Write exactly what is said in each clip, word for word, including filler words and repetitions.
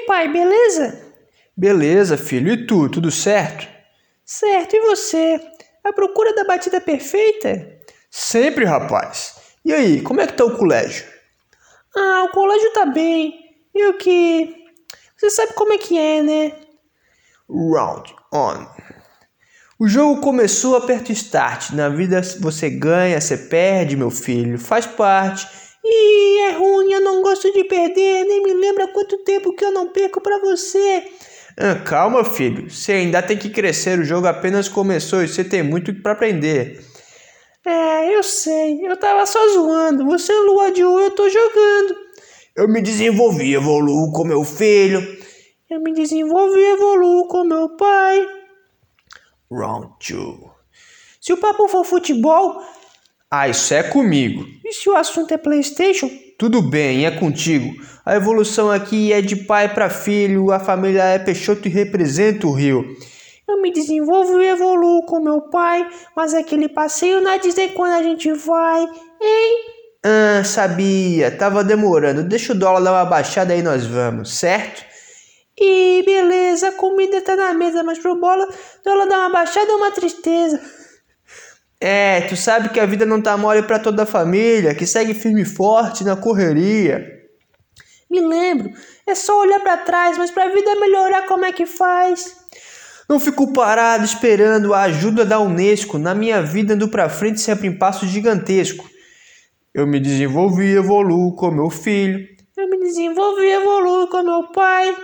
aí, pai, beleza? Beleza, filho. E tu, tudo certo? Certo, e você? À procura da batida perfeita? Sempre, rapaz. E aí, como é que tá o colégio? Ah, o colégio tá bem. E o que... Você sabe como é que é, né? Round on. O jogo começou, aperta o start. Na vida você ganha, você perde, meu filho. Faz parte. Ih, é ruim, eu não gosto de perder. Nem me lembra quanto tempo que eu não perco pra você. Ah, calma, filho. Você ainda tem que crescer. O jogo apenas começou e você tem muito pra aprender. É, eu sei. Eu tava só zoando. Você é lua de ouro, eu tô jogando. Eu me desenvolvi, evoluo com meu filho. Eu me desenvolvo e evoluo com meu pai. Round two. Se o papo for futebol... Ah, isso é comigo. E se o assunto é PlayStation? Tudo bem, é contigo. A evolução aqui é de pai para filho, a família é Peixoto e representa o Rio. Eu me desenvolvo e evoluo com meu pai, mas aquele passeio na Disney quando a gente vai, hein? Ah, sabia, tava demorando. Deixa o dólar dar uma baixada aí nós vamos, certo? E beleza, a comida tá na mesa, mas pro bola, dólar dar uma baixada é uma tristeza. É, tu sabe que a vida não tá mole pra toda a família, que segue firme e forte na correria. Me lembro, é só olhar pra trás, mas pra vida melhorar como é que faz? Não fico parado esperando a ajuda da Unesco. Na minha vida ando pra frente sempre em passo gigantesco. Eu me desenvolvo e evoluo com meu filho. Eu me desenvolvo e evoluo com meu pai.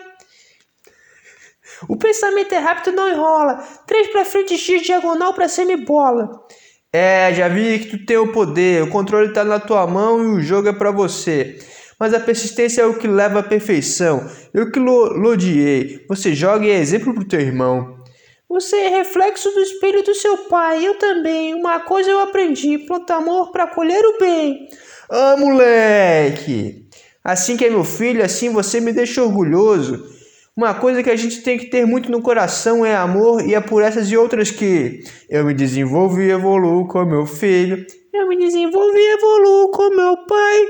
O pensamento é rápido, não enrola. Três pra frente, X diagonal pra cima e bola. É, já vi que tu tem o poder, o controle tá na tua mão e o jogo é pra você. Mas a persistência é o que leva à perfeição. Eu que lo lodiei. Você joga e é exemplo pro teu irmão. Você é reflexo do espelho do seu pai, eu também. Uma coisa eu aprendi, planta amor pra colher o bem. Ah, moleque! Assim que é meu filho, assim você me deixa orgulhoso. Uma coisa que a gente tem que ter muito no coração é amor, e é por essas e outras que eu me desenvolvo e evoluo com meu filho. Eu me desenvolvo e evoluo com meu pai.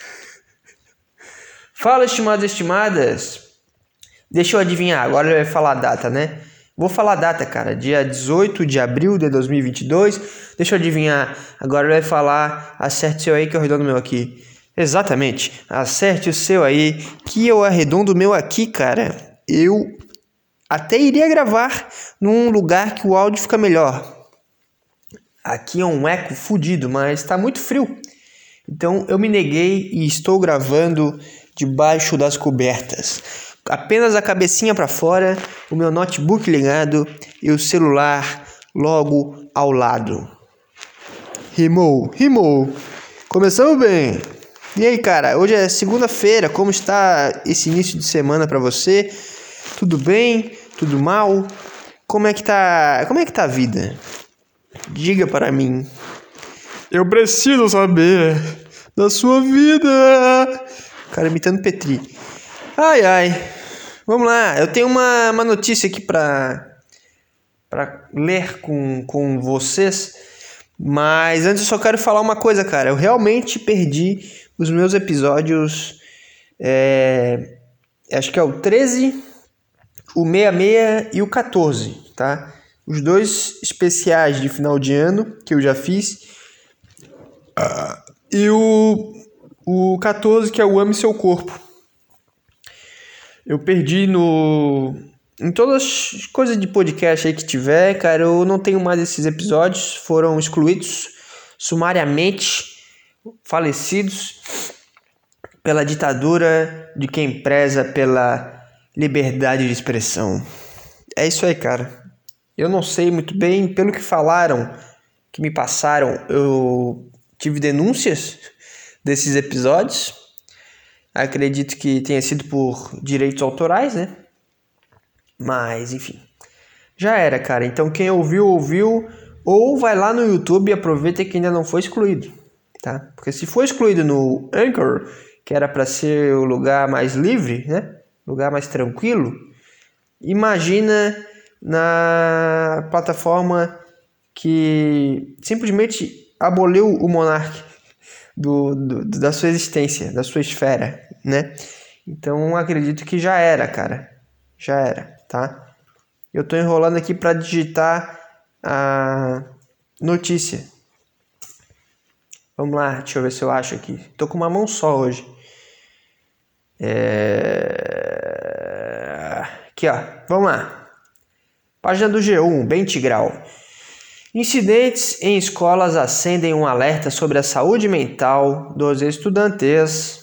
Fala, estimados e estimadas. Deixa eu adivinhar, agora ele vai falar a data, né? Vou falar a data, cara. Dia dezoito de abril de dois mil e vinte e dois. Deixa eu adivinhar, agora ele vai falar. Acerte o seu aí que eu arredondo o meu aqui. Exatamente, acerte o seu aí que eu arredondo o meu aqui, cara. Eu até iria gravar num lugar que o áudio fica melhor. Aqui é um eco fudido, mas tá muito frio. Então eu me neguei e estou gravando debaixo das cobertas. Apenas a cabecinha para fora, o meu notebook ligado e o celular logo ao lado. Rimou, rimou. Começamos bem. E aí, cara, hoje é segunda-feira, como está esse início de semana para você? Tudo bem? Tudo mal? Como é que tá, como é que tá a vida? Diga para mim. Eu preciso saber da sua vida. Cara, imitando Petri. Ai, ai. Vamos lá, eu tenho uma, uma notícia aqui pra, pra ler com, com vocês. Mas antes eu só quero falar uma coisa, cara. Eu realmente perdi os meus episódios. É, acho que é o treze, o sessenta e seis e o quatorze, tá? Os dois especiais de final de ano que eu já fiz. Uh, e o, o quatorze, que é o Ame Seu Corpo. Eu perdi no... Em todas as coisas de podcast aí que tiver, cara, eu não tenho mais esses episódios. Foram excluídos sumariamente, falecidos pela ditadura de quem preza pela liberdade de expressão. É isso aí, cara. Eu não sei muito bem, pelo que falaram, que me passaram, eu tive denúncias desses episódios. Acredito que tenha sido por direitos autorais, né? Mas, enfim. Já era, cara. Então, quem ouviu, ouviu. Ou vai lá no YouTube e aproveita que ainda não foi excluído, tá? Porque se for excluído no Anchor, que era para ser o lugar mais livre, né? Lugar mais tranquilo. Imagina na plataforma que simplesmente aboliu o monarca do, do, da sua existência, da sua esfera, né? Então acredito que já era, cara. Já era, tá? Eu tô enrolando aqui para digitar a notícia. Vamos lá, deixa eu ver se eu acho aqui. Tô com uma mão só hoje. É... Aqui, ó. Vamos lá. Página do G um, bem tigral. Incidentes em escolas acendem um alerta sobre a saúde mental dos estudantes.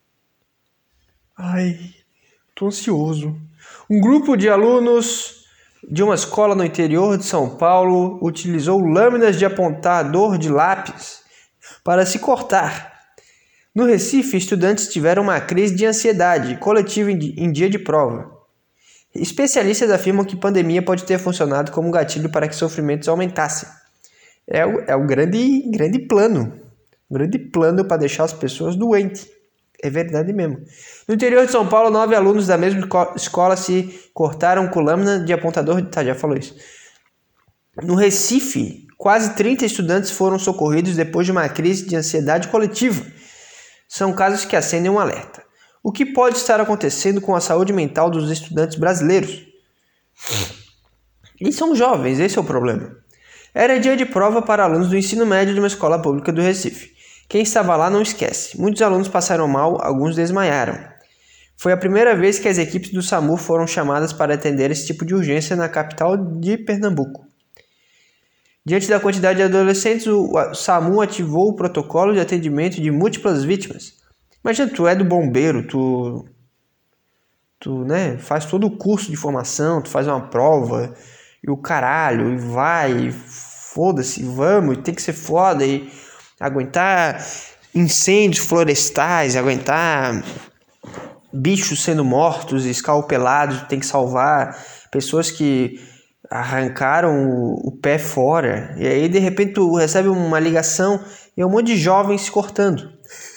Ai, tô ansioso. Um grupo de alunos de uma escola no interior de São Paulo utilizou lâminas de apontador de lápis para se cortar. No Recife, estudantes tiveram uma crise de ansiedade coletiva em dia de prova. Especialistas afirmam que a pandemia pode ter funcionado como gatilho para que sofrimentos aumentassem. É o, é o grande, grande plano. Um grande plano para deixar as pessoas doentes. É verdade mesmo. No interior de São Paulo, nove alunos da mesma escola se cortaram com lâmina de apontador. Tá, já falou isso. No Recife, quase trinta estudantes foram socorridos depois de uma crise de ansiedade coletiva. São casos que acendem um alerta. O que pode estar acontecendo com a saúde mental dos estudantes brasileiros? Eles são jovens, esse é o problema. Era dia de prova para alunos do ensino médio de uma escola pública do Recife. Quem estava lá não esquece. Muitos alunos passaram mal, alguns desmaiaram. Foi a primeira vez que as equipes do SAMU foram chamadas para atender esse tipo de urgência na capital de Pernambuco. Diante da quantidade de adolescentes, o SAMU ativou o protocolo de atendimento de múltiplas vítimas. Imagina, tu é do bombeiro, tu, tu né, faz todo o curso de formação, tu faz uma prova, e o caralho, e vai, e foda-se, vamos, e tem que ser foda, e aguentar incêndios florestais, aguentar bichos sendo mortos, escalpelados, tem que salvar pessoas que arrancaram o, o pé fora, e aí de repente tu recebe uma ligação e é um monte de jovens se cortando.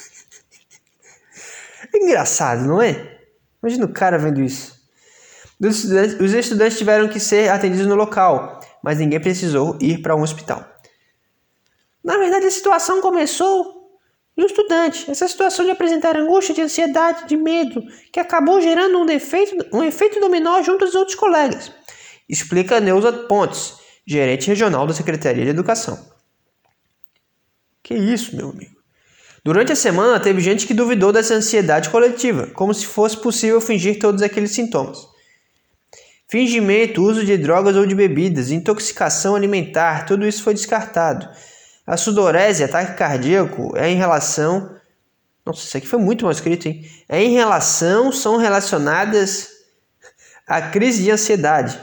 É engraçado, não é? Imagina o cara vendo isso. Os estudantes, os estudantes tiveram que ser atendidos no local, mas ninguém precisou ir para um hospital. Na verdade, a situação começou no estudante. Essa situação de apresentar angústia, de ansiedade, de medo, que acabou gerando um, defeito, um efeito dominó junto aos outros colegas. Explica Neuza Pontes, gerente regional da Secretaria de Educação. Que isso, meu amigo? Durante a semana, teve gente que duvidou dessa ansiedade coletiva, como se fosse possível fingir todos aqueles sintomas. Fingimento, uso de drogas ou de bebidas, intoxicação alimentar, tudo isso foi descartado. A sudorese, ataque cardíaco, é em relação... Nossa, isso aqui foi muito mal escrito, hein? É em relação, são relacionadas à crise de ansiedade.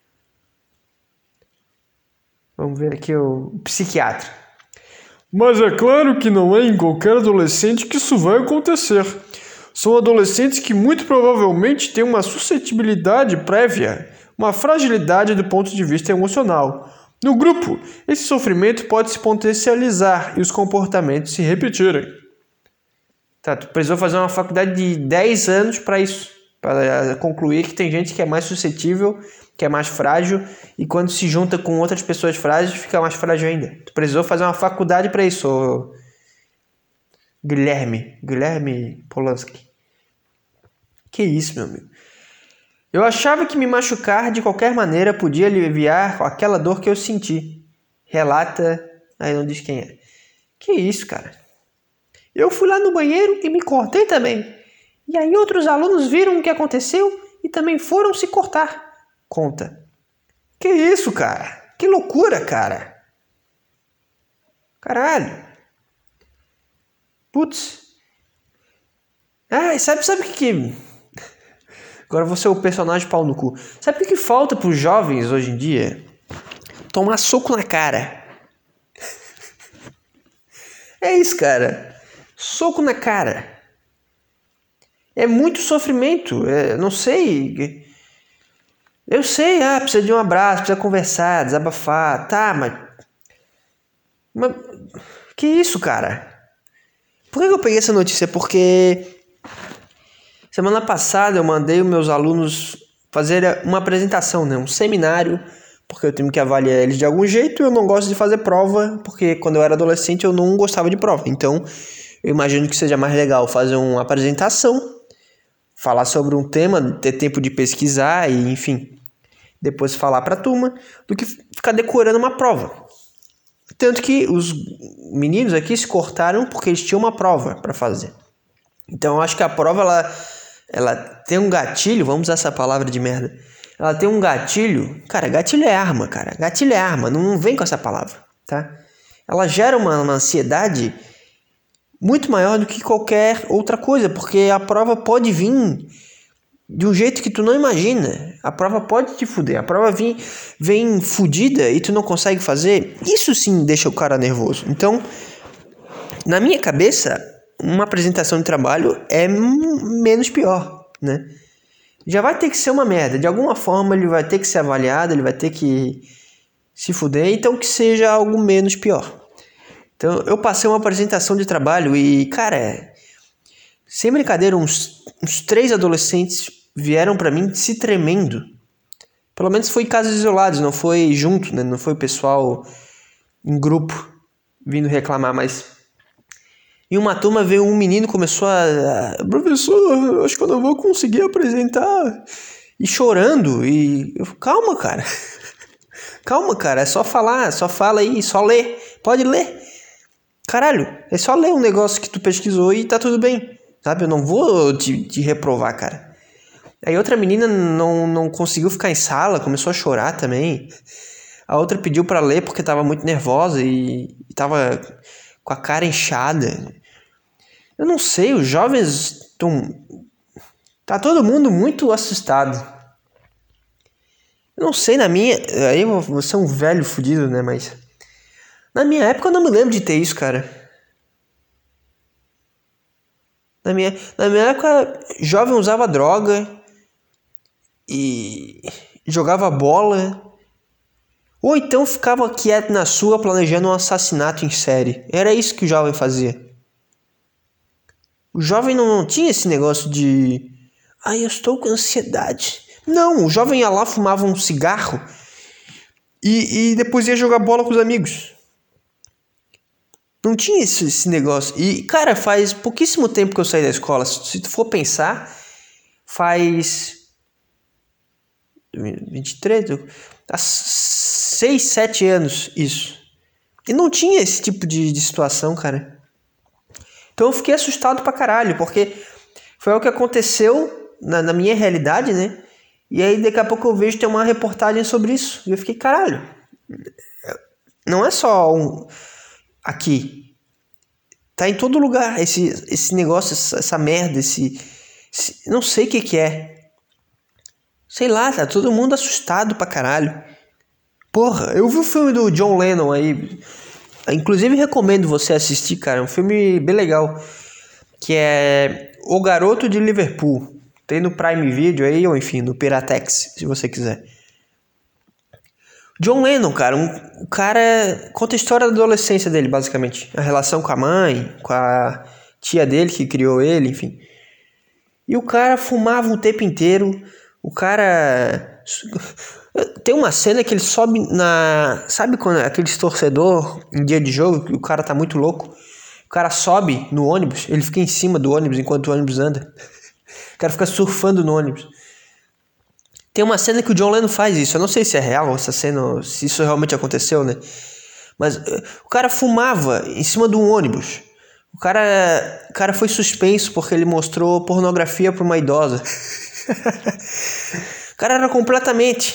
Vamos ver aqui o psiquiatra. Mas é claro que não é em qualquer adolescente que isso vai acontecer. São adolescentes que muito provavelmente têm uma suscetibilidade prévia, uma fragilidade do ponto de vista emocional. No grupo, esse sofrimento pode se potencializar e os comportamentos se repetirem. Tá, tu precisou fazer uma faculdade de dez anos para isso, para concluir que tem gente que é mais suscetível, que é mais frágil, e quando se junta com outras pessoas frágeis, fica mais frágil ainda. Tu precisou fazer uma faculdade para isso, ô... Guilherme, Guilherme Polanski. Que isso, meu amigo. Eu achava que me machucar de qualquer maneira podia aliviar aquela dor que eu senti. Relata, aí não diz quem é. Que isso, cara. Eu fui lá no banheiro e me cortei também. E aí outros alunos viram o que aconteceu e também foram se cortar. Conta. Que isso, cara? Que loucura, cara. Caralho. Putz. Ah, sabe, sabe o que que... Agora você é o personagem pau no cu. Sabe o que que falta pros jovens hoje em dia? Tomar soco na cara. É isso, cara. Soco na cara. É muito sofrimento. É, não sei... Eu sei, ah, precisa de um abraço, precisa conversar, desabafar, tá, mas... Mas... Que isso, cara? Por que eu peguei essa notícia? Porque... Semana passada eu mandei os meus alunos fazer uma apresentação, né? Um seminário, porque eu tenho que avaliar eles de algum jeito. Eu não gosto de fazer prova, porque quando eu era adolescente eu não gostava de prova. Então, eu imagino que seja mais legal fazer uma apresentação falar sobre um tema, ter tempo de pesquisar e, enfim, depois falar pra turma, do que ficar decorando uma prova. Tanto que os meninos aqui se cortaram porque eles tinham uma prova pra fazer. Então eu acho que a prova, ela, ela tem um gatilho, vamos usar essa palavra de merda, ela tem um gatilho, cara, gatilho é arma, cara, gatilho é arma, não vem com essa palavra, tá? Ela gera uma, uma ansiedade muito maior do que qualquer outra coisa, porque a prova pode vir de um jeito que tu não imagina. A prova pode te fuder. A prova vem, vem fudida e tu não consegue fazer. Isso sim deixa o cara nervoso. Então, na minha cabeça, uma apresentação de trabalho é menos pior, né? Já vai ter que ser uma merda. De alguma forma ele vai ter que ser avaliado, ele vai ter que se fuder. Então que seja algo menos pior. Então eu passei uma apresentação de trabalho e, cara, sem brincadeira, uns, uns três adolescentes vieram pra mim se tremendo. Pelo menos foi em casos isolados, não foi junto, né? Não foi o pessoal em grupo vindo reclamar, mas em uma turma veio um menino e começou a... Professor, acho que eu não vou conseguir apresentar. E chorando, e... Eu, calma, cara. Calma, cara, é só falar, só fala aí, só lê. Pode ler. Caralho, é só ler um negócio que tu pesquisou e tá tudo bem. Sabe, eu não vou te, te reprovar, cara. Aí outra menina não, não conseguiu ficar em sala, começou a chorar também. A outra pediu pra ler porque tava muito nervosa e, e tava com a cara inchada. Eu não sei, os jovens estão... Tá todo mundo muito assustado. Eu não sei, na minha... Aí eu vou ser um velho fudido, né, mas... Na minha época eu não me lembro de ter isso, cara. Na minha, na minha época, jovem usava droga e jogava bola, ou então ficava quieto na sua planejando um assassinato em série. Era isso que o jovem fazia. O jovem não, não tinha esse negócio de... Ai, eu estou com ansiedade. Não, o jovem ia lá, fumava um cigarro e, e depois ia jogar bola com os amigos. Não tinha esse, esse negócio. E, cara, faz pouquíssimo tempo que eu saí da escola. Se tu for pensar, faz... vinte e três... Há seis, sete anos isso. E não tinha esse tipo de, de situação, cara. Então eu fiquei assustado pra caralho, porque foi o que aconteceu na, na minha realidade, né? E aí daqui a pouco eu vejo tem uma reportagem sobre isso. E eu fiquei, caralho. Não é só um... aqui. Tá em todo lugar esse, esse negócio, essa, essa merda, esse, esse... Não sei o que que é. Sei lá, tá todo mundo assustado pra caralho. Porra, eu vi o filme do John Lennon aí. Inclusive recomendo você assistir, cara. É um filme bem legal. Que é O Garoto de Liverpool. Tem no Prime Video aí, ou enfim, no Piratex, se você quiser. John Lennon, cara, um, o cara conta a história da adolescência dele, basicamente. A relação com a mãe, com a tia dele que criou ele, enfim. E o cara fumava o tempo inteiro. O cara... Tem uma cena que ele sobe na... Sabe quando aqueles torcedor em dia de jogo, que o cara tá muito louco? O cara sobe no ônibus, ele fica em cima do ônibus enquanto o ônibus anda. O cara fica surfando no ônibus. Tem uma cena que o John Lennon faz isso. Eu não sei se é real essa cena, se isso realmente aconteceu, né? Mas uh, o cara fumava em cima de um ônibus. O cara, o cara foi suspenso porque ele mostrou pornografia para uma idosa. O cara era completamente...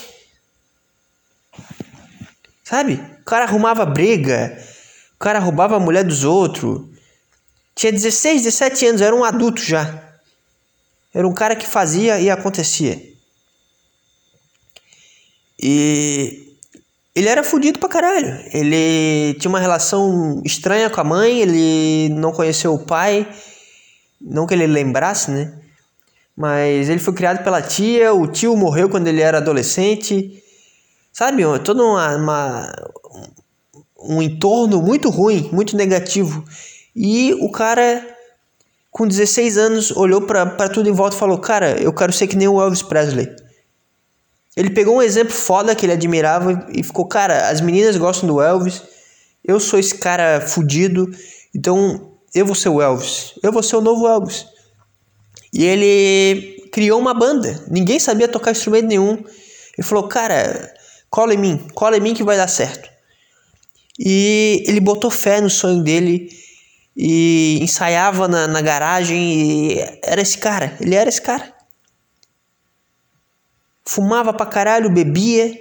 Sabe? O cara arrumava briga. O cara roubava a mulher dos outros. Tinha dezesseis, dezessete anos, era um adulto já. Era um cara que fazia e acontecia. E ele era fudido pra caralho. Ele tinha uma relação estranha com a mãe, ele não conheceu o pai, não que ele lembrasse, né? Mas ele foi criado pela tia, o tio morreu quando ele era adolescente. Sabe, todo uma, uma, um entorno muito ruim, muito negativo. E o cara, com dezesseis anos, olhou pra, pra tudo em volta e falou: cara, eu quero ser que nem o Elvis Presley. Ele pegou um exemplo foda que ele admirava e ficou: cara, as meninas gostam do Elvis, eu sou esse cara fudido, então eu vou ser o Elvis, eu vou ser o novo Elvis. E ele criou uma banda. Ninguém sabia tocar instrumento nenhum. Ele falou, cara, cola em mim, cola em mim que vai dar certo. E ele botou fé no sonho dele e ensaiava na, na garagem e era esse cara, ele era esse cara. Fumava pra caralho, bebia.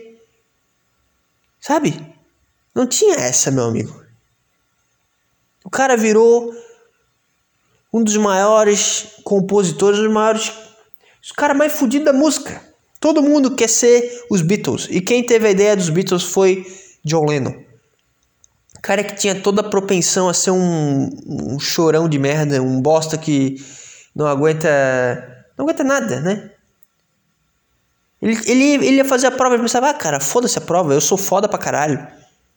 Sabe? Não tinha essa, meu amigo. O cara virou um dos maiores compositores, um dos maiores... Os caras mais fodidos da música. Todo mundo quer ser os Beatles. E quem teve a ideia dos Beatles foi John Lennon. O cara que tinha toda a propensão a ser um, um chorão de merda, um bosta que não aguenta... Não aguenta nada, né? Ele, ele, ele ia fazer a prova e pensava, ah, cara, foda-se a prova, eu sou foda pra caralho.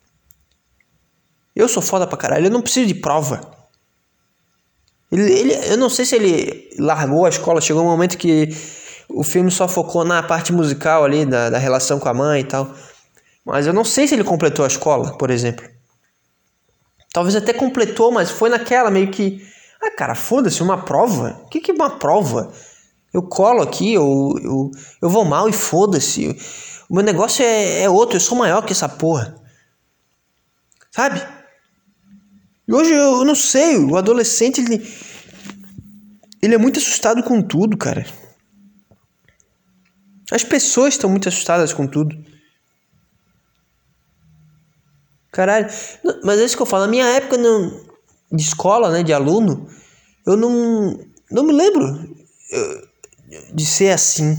Eu sou foda pra caralho, eu não preciso de prova. Ele, ele, eu não sei se ele largou a escola, chegou um momento que o filme só focou na parte musical ali, da, da relação com a mãe e tal. Mas eu não sei se ele completou a escola, por exemplo. Talvez até completou, mas foi naquela meio que... Ah, cara, foda-se, uma prova? O que que é uma prova? Eu colo aqui, eu, eu, eu vou mal e foda-se. O meu negócio é, é outro, eu sou maior que essa porra. Sabe? E hoje eu não sei, o adolescente, ele, ele é muito assustado com tudo, cara. As pessoas estão muito assustadas com tudo. Caralho, mas é isso que eu falo, na minha época não, de escola, né, de aluno, eu não, não me lembro eu, de ser assim.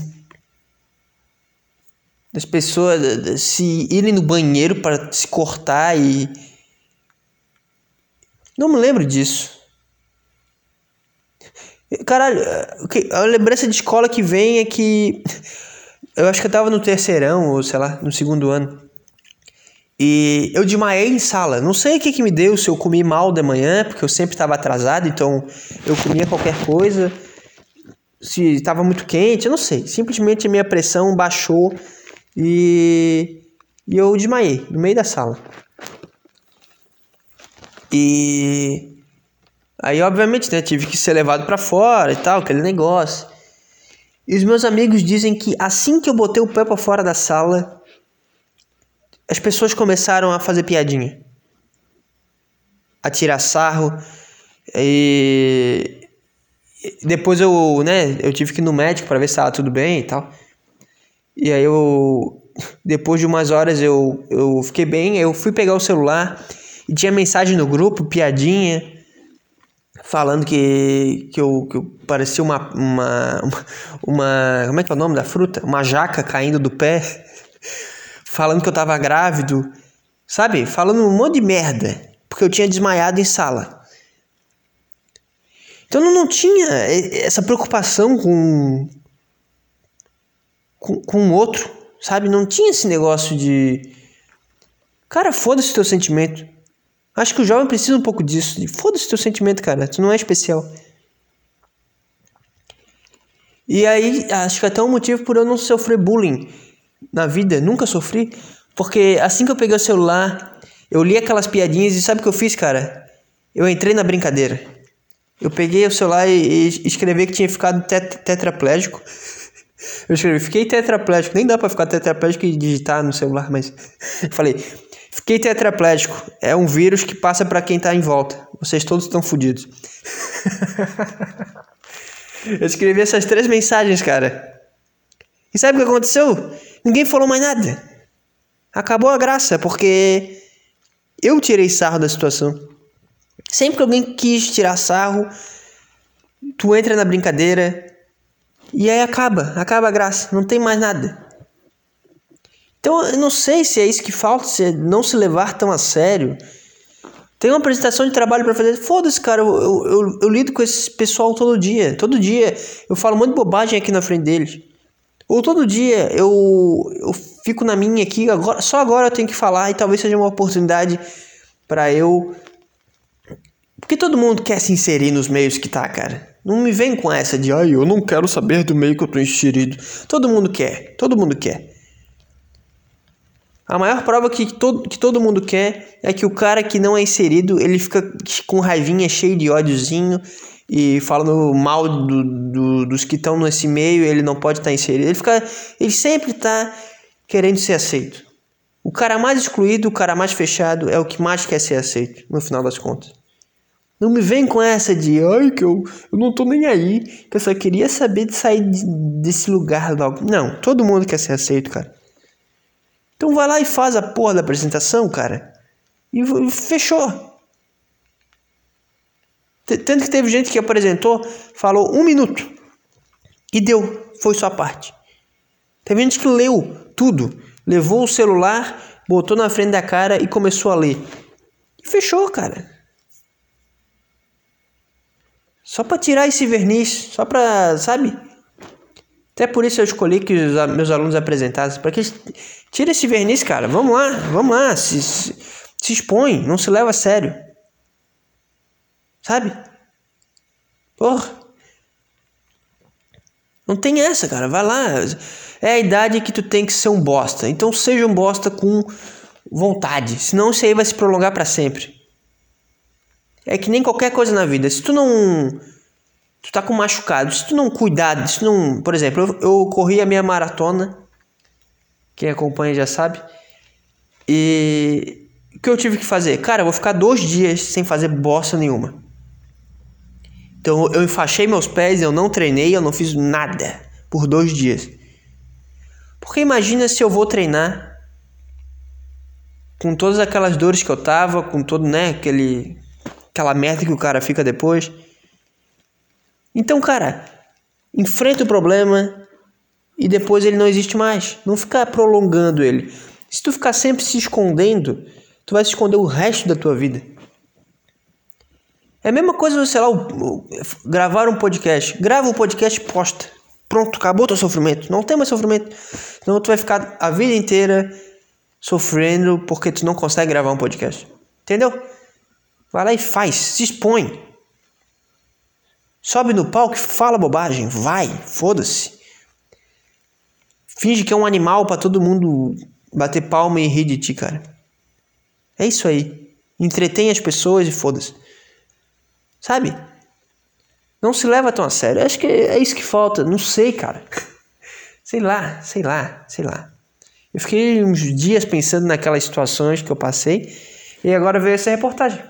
Das pessoas se irem no banheiro para se cortar e... Não me lembro disso. Caralho, a lembrança de escola que vem é que... Eu acho que eu tava no terceirão, ou sei lá, no segundo ano. E eu desmaiei em sala. Não sei o que que me deu, se eu comi mal de manhã, porque eu sempre estava atrasado, então eu comia qualquer coisa. Se estava muito quente, eu não sei. Simplesmente a minha pressão baixou e, e eu desmaiei no meio da sala. E aí, obviamente, né, tive que ser levado pra fora e tal, aquele negócio. E os meus amigos dizem que assim que eu botei o pé pra fora da sala, as pessoas começaram a fazer piadinha, a tirar sarro. E depois eu, né, eu tive que ir no médico pra ver se tava tudo bem e tal. E aí eu, depois de umas horas eu, eu fiquei bem, eu fui pegar o celular e tinha mensagem no grupo, piadinha, falando que, que, eu, que eu parecia uma, uma, uma... Como é que é o nome da fruta? Uma jaca caindo do pé. Falando que eu tava grávido. Sabe? Falando um monte de merda. Porque eu tinha desmaiado em sala. Então eu não tinha essa preocupação com... Com, com o outro. Sabe? Não tinha esse negócio de... Cara, foda-se o teu sentimento. Acho que o jovem precisa um pouco disso. Foda-se o teu sentimento, cara. Tu não é especial. E aí, acho que até um motivo por eu não sofrer bullying na vida. Nunca sofri. Porque assim que eu peguei o celular, eu li aquelas piadinhas e sabe o que eu fiz, cara? Eu entrei na brincadeira. Eu peguei o celular e, e escrevi que tinha ficado tet- tetraplégico. Eu escrevi, fiquei tetraplégico. Nem dá pra ficar tetraplégico e digitar no celular, mas... Falei... Fiquei tetraplégico. É um vírus que passa pra quem tá em volta. Vocês todos estão fodidos. Eu escrevi essas três mensagens, cara. E sabe o que aconteceu? Ninguém falou mais nada. Acabou a graça, porque eu tirei sarro da situação. Sempre que alguém quis tirar sarro, tu entra na brincadeira e aí acaba. Acaba a graça. Não tem mais nada. Então, eu não sei se é isso que falta, se é não se levar tão a sério. Tem uma apresentação de trabalho pra fazer. Foda-se, cara, eu, eu, eu, eu lido com esse pessoal todo dia. Todo dia eu falo um monte de bobagem aqui na frente deles. Ou todo dia eu, eu fico na minha aqui, agora, só agora eu tenho que falar e talvez seja uma oportunidade pra eu... Porque todo mundo quer se inserir nos meios que tá, cara. Não me vem com essa de, ai, eu não quero saber do meio que eu tô inserido. Todo mundo quer, todo mundo quer. A maior prova que todo, que todo mundo quer é que o cara que não é inserido, ele fica com raivinha, cheio de ódiozinho, e falando mal do, do, dos que estão nesse meio, ele não pode estar inserido. Ele, fica, ele sempre está querendo ser aceito. O cara mais excluído, o cara mais fechado é o que mais quer ser aceito, no final das contas. Não me vem com essa de, ai, que eu, eu não tô nem aí, que eu só queria saber de sair de, desse lugar logo. Não, todo mundo quer ser aceito, cara. Então vai lá e faz a porra da apresentação, cara. E, e fechou. Tanto que teve gente que apresentou, falou um minuto. E deu, foi sua parte. Teve gente que leu tudo. Levou o celular, botou na frente da cara e começou a ler. E fechou, cara. Só pra tirar esse verniz, só pra, sabe? Até por isso eu escolhi que os meus alunos apresentassem. Pra que tira esse verniz, cara. Vamos lá, vamos lá. Se, se, se expõe, não se leva a sério. Sabe? Porra. Não tem essa, cara. Vai lá. É a idade que tu tem que ser um bosta. Então seja um bosta com vontade. Senão isso aí vai se prolongar pra sempre. É que nem qualquer coisa na vida. Se tu não... Tu tá com machucado. Se tu não cuidar... Se tu não... Por exemplo, eu, eu corri a minha maratona. Quem acompanha já sabe. E... O que eu tive que fazer? Cara, eu vou ficar dois dias sem fazer bosta nenhuma. Então eu enfaixei meus pés, eu não treinei, eu não fiz nada por dois dias. Porque imagina se eu vou treinar com todas aquelas dores que eu tava, com todo, né, aquele... Aquela merda que o cara fica depois. Então, cara, enfrenta o problema e depois ele não existe mais. Não ficar prolongando ele. Se tu ficar sempre se escondendo, tu vai se esconder o resto da tua vida. É a mesma coisa, sei lá, o, o, gravar um podcast. Grava um podcast e posta. Pronto, acabou teu sofrimento. Não tem mais sofrimento. Senão tu vai ficar a vida inteira sofrendo porque tu não consegue gravar um podcast. Entendeu? Vai lá e faz, se expõe. Sobe no palco e fala bobagem. Vai, foda-se. Finge que é um animal pra todo mundo bater palma e rir de ti, cara. É isso aí. Entretém as pessoas e foda-se. Sabe? Não se leva tão a sério. Acho que é isso que falta. Não sei, cara. Sei lá, sei lá, sei lá. Eu fiquei uns dias pensando naquelas situações que eu passei. E agora veio essa reportagem.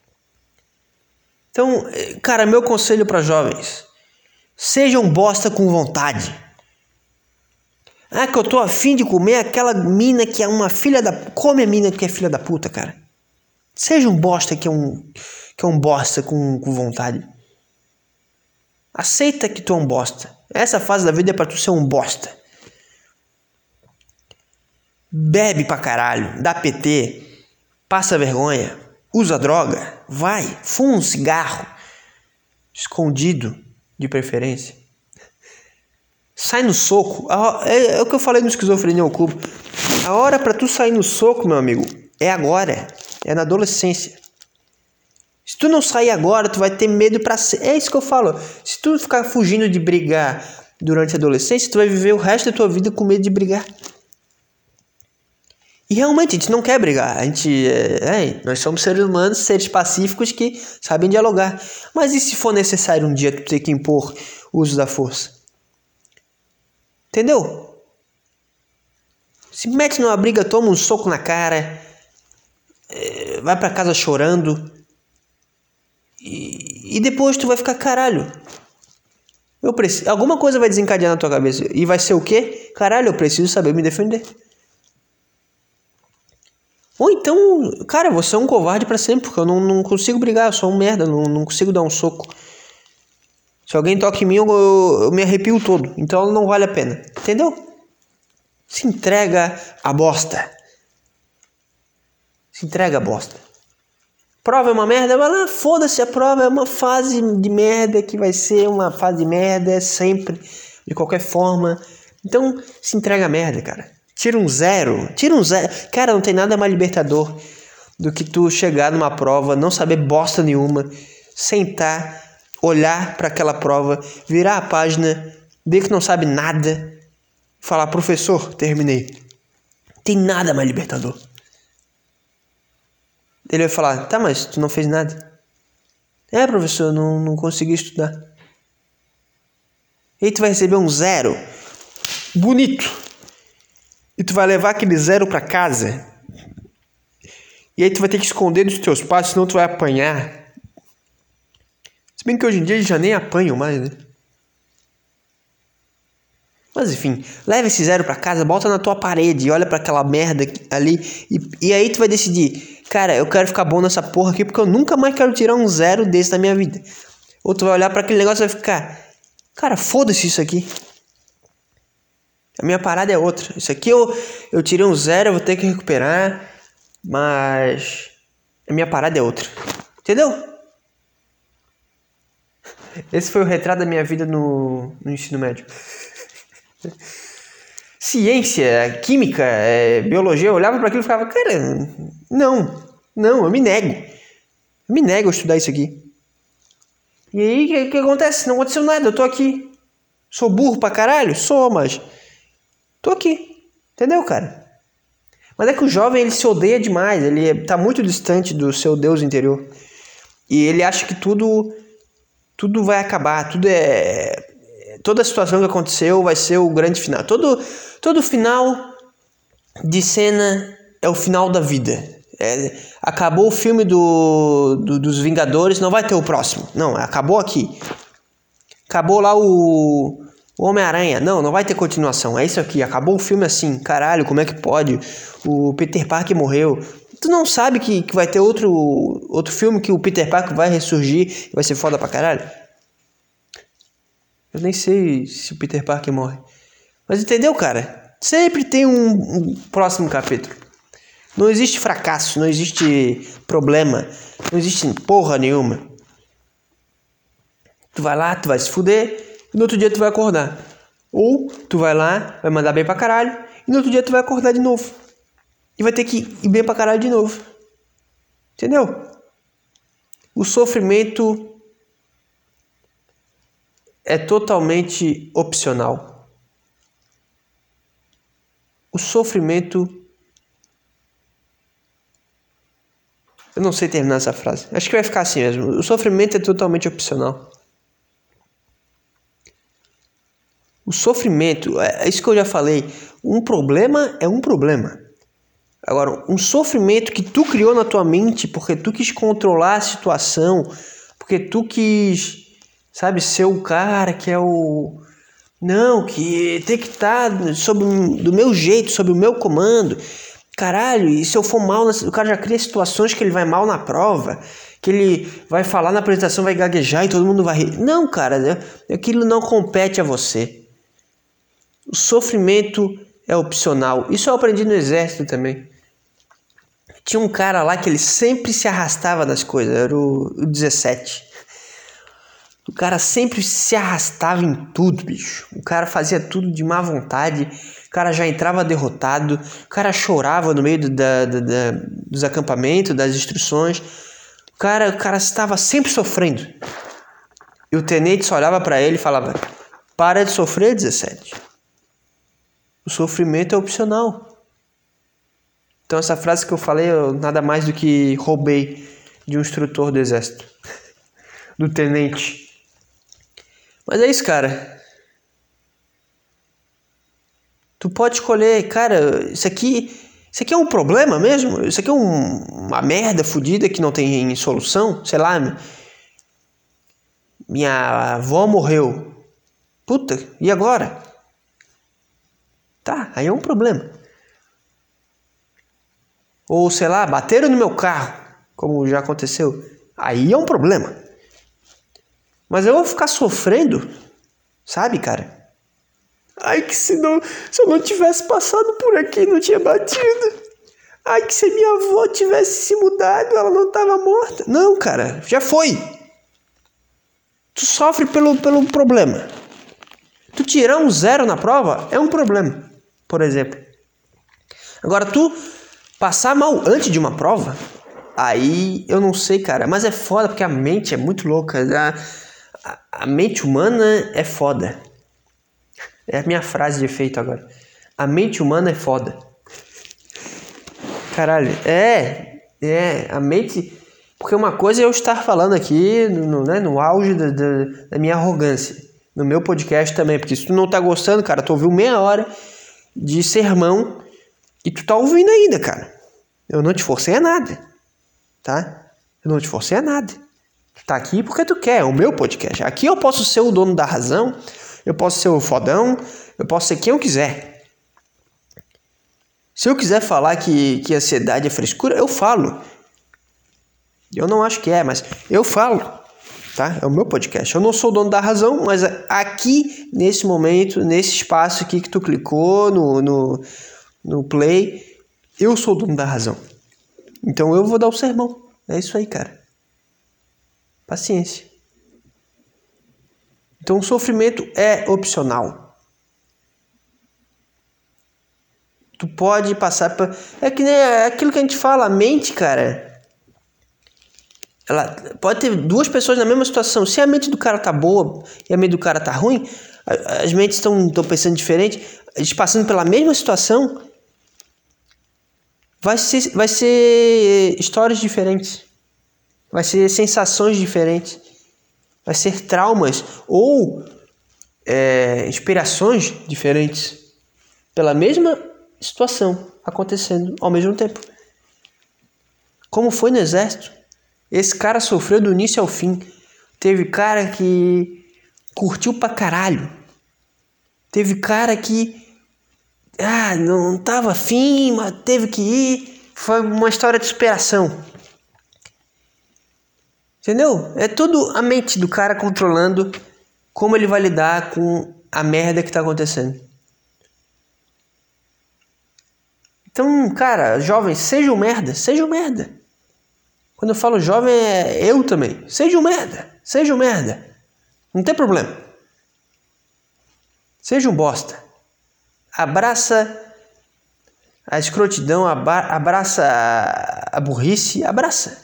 Então, cara, meu conselho para jovens: sejam bosta com vontade. Ah, que eu tô afim de comer aquela mina que é uma filha da... Come a mina que é filha da puta, cara. Seja um bosta que é um, que é um bosta com, com vontade. Aceita que tu é um bosta. Essa fase da vida é pra tu ser um bosta. Bebe pra caralho, dá P T, passa vergonha, usa droga, vai, fuma um cigarro, escondido de preferência. Sai no soco. É, é o que eu falei no Esquizofrenia ao Cubo. A hora pra tu sair no soco, meu amigo, é agora. É na adolescência. Se tu não sair agora, tu vai ter medo pra ser. É isso que eu falo. Se tu ficar fugindo de brigar durante a adolescência, tu vai viver o resto da tua vida com medo de brigar. E realmente, a gente não quer brigar. A gente, é, é, nós somos seres humanos, seres pacíficos que sabem dialogar. Mas e se for necessário um dia tu ter que impor o uso da força? Entendeu? Se mete numa briga, toma um soco na cara, é, vai pra casa chorando, e, e depois tu vai ficar, caralho, eu preciso, alguma coisa vai desencadear na tua cabeça. E vai ser o quê? Caralho, eu preciso saber me defender. Ou então, cara, você é um covarde pra sempre, porque eu não, não consigo brigar, eu sou um merda, não, não consigo dar um soco. Se alguém toca em mim, eu, eu, eu me arrepio todo. Então não vale a pena. Entendeu? Se entrega a bosta. Se entrega a bosta. Prova é uma merda, vai lá, foda-se, a prova é uma fase de merda que vai ser uma fase de merda sempre, de qualquer forma. Então se entrega a merda, cara. Tira um zero. Tira um zero. Cara, não tem nada mais libertador do que tu chegar numa prova, não saber bosta nenhuma, sentar, olhar para aquela prova, virar a página, ver que não sabe nada, falar, professor, terminei. Tem nada mais libertador. Ele vai falar, tá, mas tu não fez nada. É, professor, eu não, não consegui estudar. E aí tu vai receber um zero. Bonito. E tu vai levar aquele zero pra casa. E aí tu vai ter que esconder dos teus pais, senão tu vai apanhar. Se bem que hoje em dia eles já nem apanham mais, né? Mas enfim, leva esse zero pra casa, bota na tua parede, olha pra aquela merda ali. E, e aí tu vai decidir, cara, eu quero ficar bom nessa porra aqui, porque eu nunca mais quero tirar um zero desse na minha vida. Ou tu vai olhar pra aquele negócio e vai ficar, cara, foda-se isso aqui. A minha parada é outra. Isso aqui eu, eu tirei um zero, eu vou ter que recuperar. Mas a minha parada é outra. Entendeu? Esse foi o retrato da minha vida no, no ensino médio. Ciência, química, é, biologia, eu olhava para aquilo e ficava, cara, não, não, eu me nego. Eu me nego a estudar isso aqui. E aí, o que, que acontece? Não aconteceu nada, eu tô aqui. Sou burro pra caralho? Sou, mas tô aqui. Entendeu, cara? Mas é que o jovem, ele se odeia demais, ele tá muito distante do seu Deus interior. E ele acha que tudo, tudo vai acabar, tudo é... Toda a situação que aconteceu vai ser o grande final. Todo, todo final de cena é o final da vida. É, acabou o filme do, do, dos Vingadores, não vai ter o próximo. Não, acabou aqui. Acabou lá o, o Homem-Aranha. Não, não vai ter continuação. É isso aqui, acabou o filme assim. Caralho, como é que pode? O Peter Parker morreu. Tu não sabe que, que vai ter outro, outro filme que o Peter Parker vai ressurgir e vai ser foda pra caralho? Eu nem sei se o Peter Parker morre. Mas entendeu, cara? Sempre tem um, um próximo capítulo. Não existe fracasso, não existe problema, não existe porra nenhuma. Tu vai lá, tu vai se fuder, e no outro dia tu vai acordar. Ou tu vai lá, vai mandar bem pra caralho, e no outro dia tu vai acordar de novo. E vai ter que ir bem pra caralho de novo. Entendeu? O sofrimento é totalmente opcional. O sofrimento... Eu não sei terminar essa frase. Acho que vai ficar assim mesmo. O sofrimento é totalmente opcional. O sofrimento, é isso que eu já falei. Um problema é um problema. Agora, um sofrimento que tu criou na tua mente porque tu quis controlar a situação, porque tu quis... Sabe, ser o cara que é o... Não, que tem que estar tá sob do meu jeito, sob o meu comando. Caralho, e se eu for mal... O cara já cria situações que ele vai mal na prova, que ele vai falar na apresentação, vai gaguejar e todo mundo vai rir. Não, cara, aquilo não compete a você. O sofrimento é opcional. Isso eu aprendi no exército também. Tinha um cara lá que ele sempre se arrastava nas coisas, era o, o dezessete. O cara sempre se arrastava em tudo, bicho. O cara fazia tudo de má vontade. O cara já entrava derrotado. O cara chorava no meio do, da, da, da, dos acampamentos, das instruções. O cara, o cara estava sempre sofrendo. E o tenente só olhava para ele e falava: para de sofrer, dezessete. O sofrimento é opcional. Então essa frase que eu falei, eu nada mais do que roubei de um instrutor do exército. Do tenente. Mas é isso, cara. Tu pode escolher, cara, isso aqui, isso aqui é um problema mesmo? Isso aqui é um, uma merda fodida que não tem solução? Sei lá, minha avó morreu. Puta, e agora? Tá, aí é um problema. Ou sei lá, bateram no meu carro, como já aconteceu. Aí é um problema. Mas eu vou ficar sofrendo, sabe, cara? Ai, que se, não, se eu não tivesse passado por aqui, não tinha batido. Ai, que se minha avó tivesse se mudado, ela não estava morta. Não, cara, já foi. Tu sofre pelo, pelo problema. Tu tirar um zero na prova é um problema, por exemplo. Agora, tu passar mal antes de uma prova, aí eu não sei, cara. Mas é foda, porque a mente é muito louca. A, a mente humana é foda. É a minha frase de efeito agora. A mente humana é foda. Caralho, é, é, a mente... Porque uma coisa é eu estar falando aqui no, né, no auge da, da, da minha arrogância. No meu podcast também. Porque se tu não tá gostando, cara, tu ouviu meia hora de sermão e tu tá ouvindo ainda, cara. Eu não te forcei a nada. Tá? Eu não te forcei a nada. Tu tá aqui porque tu quer. É o meu podcast. Aqui eu posso ser o dono da razão. Eu posso ser o fodão. Eu posso ser quem eu quiser. Se eu quiser falar que, que ansiedade é frescura, eu falo. Eu não acho que é, mas eu falo, tá? É o meu podcast. Eu não sou o dono da razão, mas aqui, nesse momento, nesse espaço aqui que tu clicou no, no, no play, eu sou o dono da razão. Então eu vou dar o sermão. É isso aí, cara. Paciência. Então o sofrimento é opcional. Tu pode passar por... É que nem aquilo que a gente fala, a mente, cara... Ela pode ter duas pessoas na mesma situação. Se a mente do cara tá boa e a mente do cara tá ruim, as mentes estão pensando diferente, eles passando pela mesma situação, vai ser, vai ser histórias diferentes, vai ser sensações diferentes, vai ser traumas ou é, inspirações diferentes pela mesma situação acontecendo ao mesmo tempo. Como foi no exército. Esse cara sofreu do início ao fim. Teve cara que curtiu pra caralho. Teve cara que ah, não tava afim, mas teve que ir. Foi uma história de superação. Entendeu? É tudo a mente do cara controlando como ele vai lidar com a merda que tá acontecendo. Então, cara, jovens, sejam merda, sejam merda. Quando eu falo jovem, é eu também. Seja um merda. Seja um merda. Não tem problema. Seja um bosta. Abraça a escrotidão, abraça a burrice, abraça.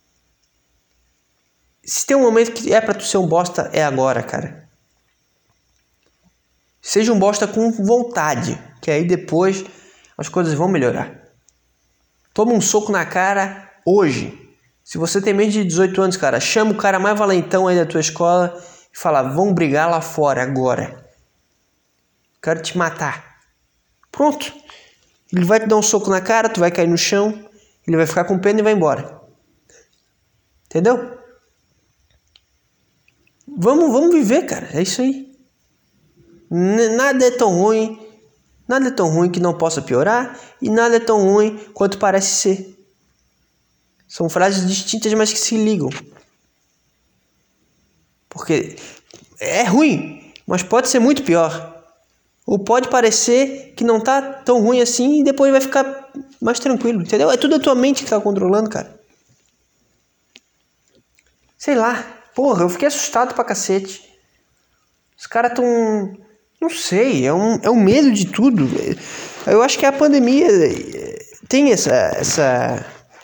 Se tem um momento que é pra tu ser um bosta, é agora, cara. Seja um bosta com vontade, que aí depois as coisas vão melhorar. Toma um soco na cara hoje. Se você tem menos de dezoito anos, cara, chama o cara mais valentão aí da tua escola e fala, vamos brigar lá fora agora. Quero te matar. Pronto. Ele vai te dar um soco na cara, tu vai cair no chão, ele vai ficar com pena e vai embora. Entendeu? Vamos, vamos viver, cara. É isso aí. Nada é tão ruim, nada é tão ruim que não possa piorar e nada é tão ruim quanto parece ser. São frases distintas, mas que se ligam. Porque é ruim, mas pode ser muito pior. Ou pode parecer que não tá tão ruim assim e depois vai ficar mais tranquilo, entendeu? É tudo a tua mente que tá controlando, cara. Sei lá. Porra, eu fiquei assustado pra cacete. Os caras tão... Não sei, é um, é um medo de tudo. Eu acho que a pandemia tem essa... essa...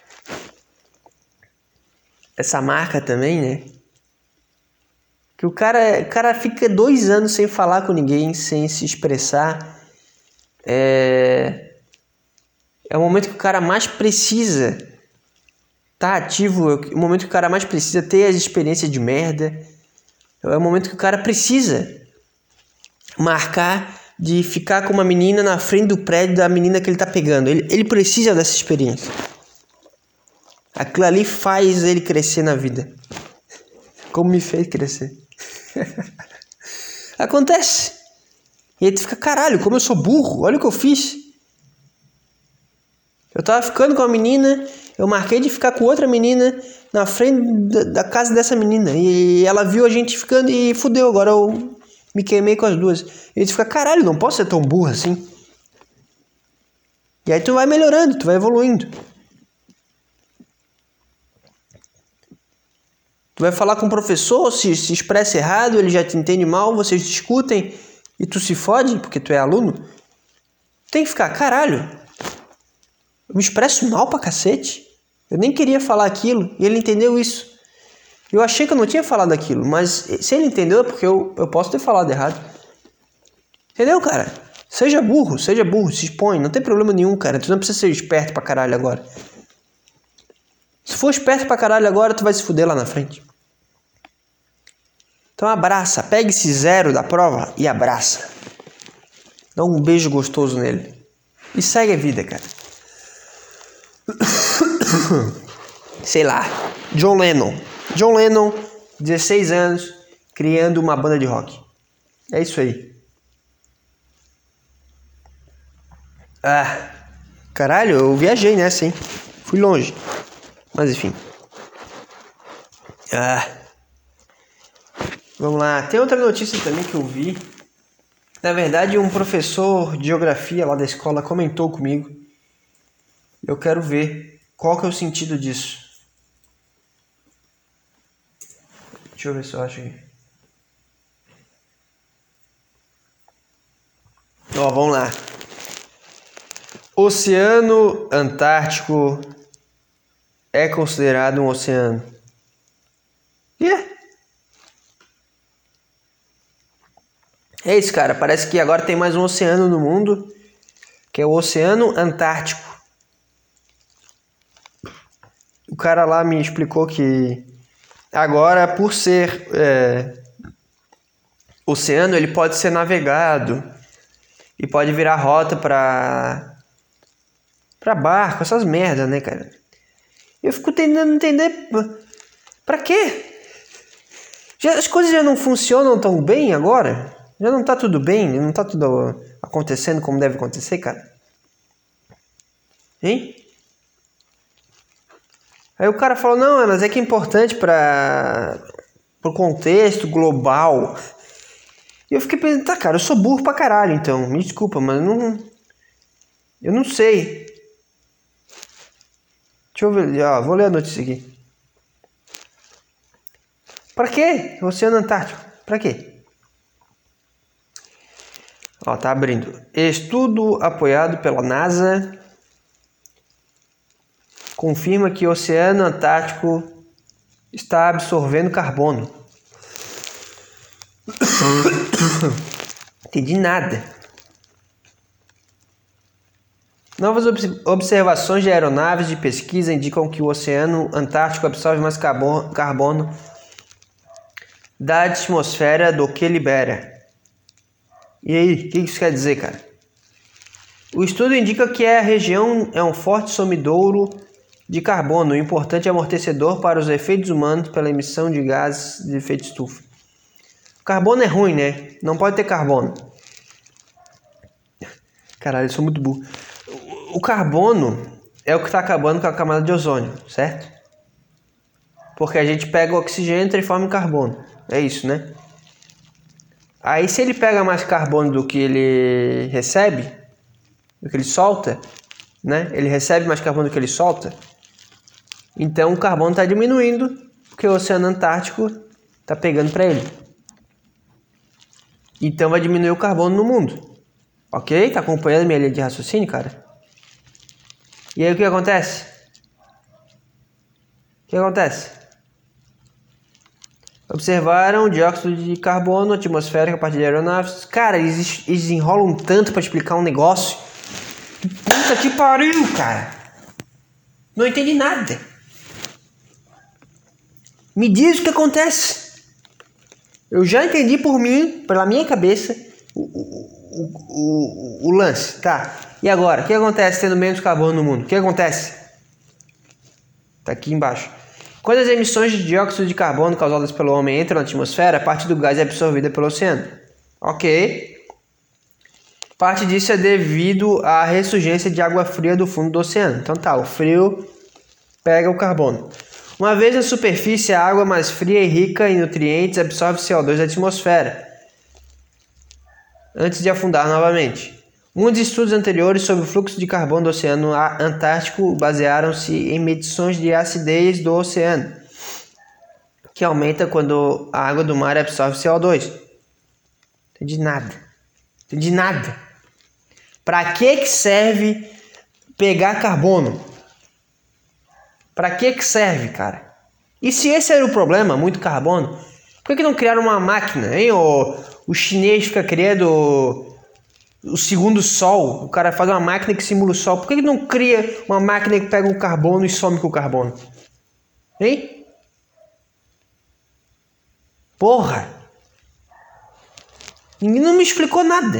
essa marca também, né? Que o cara, o cara fica dois anos sem falar com ninguém, sem se expressar. É, é o momento que o cara mais precisa tá ativo, é o momento que o cara mais precisa ter as experiências de merda. É o momento que o cara precisa marcar de ficar com uma menina na frente do prédio da menina que ele tá pegando. Ele, ele precisa dessa experiência. Aquilo ali faz ele crescer na vida. Como me fez crescer. Acontece. E aí tu fica, caralho, como eu sou burro. Olha o que eu fiz. Eu tava ficando com uma menina. Eu marquei de ficar com outra menina na frente da, da casa dessa menina. E ela viu a gente ficando e fudeu. Agora eu me queimei com as duas. E aí tu fica, caralho, não posso ser tão burro assim. E aí tu vai melhorando, tu vai evoluindo. Tu vai falar com o professor, se, se expressa errado, ele já te entende mal, vocês discutem e tu se fode porque tu é aluno. Tem que ficar, caralho, eu me expresso mal pra cacete. Eu nem queria falar aquilo e ele entendeu isso. Eu achei que eu não tinha falado aquilo, mas se ele entendeu é porque eu, eu posso ter falado errado. Entendeu, cara? Seja burro, seja burro, se expõe, não tem problema nenhum, cara. Tu não precisa ser esperto pra caralho agora. Se Se for esperto pra caralho agora, tu vai se fuder lá na frente. Então abraça, pega esse zero da prova e abraça. Dá um beijo gostoso nele. E segue a vida, cara. Sei lá, John Lennon. John Lennon, dezesseis anos, criando uma banda de rock. É isso aí. Ah, caralho, eu viajei nessa, hein? Fui longe. Mas enfim. Ah. Vamos lá. Tem outra notícia também que eu vi. Na verdade, um professor de geografia lá da escola comentou comigo. Eu quero ver qual que é o sentido disso. Deixa eu ver se eu acho aqui. Ó, vamos lá. Oceano Antártico é considerado um oceano. Yeah. É isso, cara. Parece que agora tem mais um oceano no mundo, que é o Oceano Antártico. O cara lá me explicou que agora, por ser é, oceano, ele pode ser navegado e pode virar rota para para barco, essas merdas, né, cara? Eu fico tentando entender pra quê? Já, as coisas já não funcionam tão bem agora? Já não tá tudo bem? Não tá tudo acontecendo como deve acontecer, cara? Hein? Aí o cara falou, não, mas é que é importante para pro contexto global. E eu fiquei pensando, tá, cara, eu sou burro pra caralho, então. Me desculpa, mas eu não... Eu não sei. Deixa eu ver, ó, vou ler a notícia aqui. Pra quê? Oceano Antártico. Pra quê? Ó, tá abrindo. Estudo apoiado pela NASA confirma que o Oceano Antártico está absorvendo carbono. Entendi nada. Novas observações de aeronaves de pesquisa indicam que o Oceano Antártico absorve mais carbono da atmosfera do que libera. E aí, o que isso quer dizer, cara? O estudo indica que a região é um forte sumidouro de carbono, um importante amortecedor para os efeitos humanos pela emissão de gases de efeito estufa. O carbono é ruim, né? Não pode ter carbono. Caralho, eu sou muito burro. O carbono é o que está acabando com a camada de ozônio, certo? Porque a gente pega o oxigênio e transforma em carbono. É isso, né? Aí se ele pega mais carbono do que ele recebe, do que ele solta, né? Ele recebe mais carbono do que ele solta. Então o carbono está diminuindo, porque o Oceano Antártico está pegando para ele. Então vai diminuir o carbono no mundo. Ok? Tá acompanhando a minha linha de raciocínio, cara? E aí o que acontece? O que acontece? Observaram dióxido de carbono atmosférico a partir de aeronaves. Cara, eles, eles enrolam tanto para explicar um negócio. Puta que pariu, cara. Não entendi nada. Me diz o que acontece. Eu já entendi por mim, pela minha cabeça, o, o, o, o, o lance, tá? E agora? O que acontece tendo menos carbono no mundo? O que acontece? Tá aqui embaixo. Quando as emissões de dióxido de carbono causadas pelo homem entram na atmosfera, parte do gás é absorvida pelo oceano. Ok. Parte disso é devido à ressurgência de água fria do fundo do oceano. Então tá, o frio pega o carbono. Uma vez na superfície, a água mais fria e rica em nutrientes absorve C O dois da atmosfera, antes de afundar novamente. Muitos estudos anteriores sobre o fluxo de carbono do Oceano Antártico basearam-se em medições de acidez do oceano, que aumenta quando a água do mar absorve C O dois. Entendi nada. Entendi nada. Para que que serve pegar carbono? Para que que serve, cara? E se esse era o problema, muito carbono, por que que não criaram uma máquina, hein? O, o chinês fica criando o segundo sol, o cara faz uma máquina que simula o sol. Por que que não cria uma máquina que pega o carbono e some com o carbono? Hein? Porra! Ninguém não me explicou nada.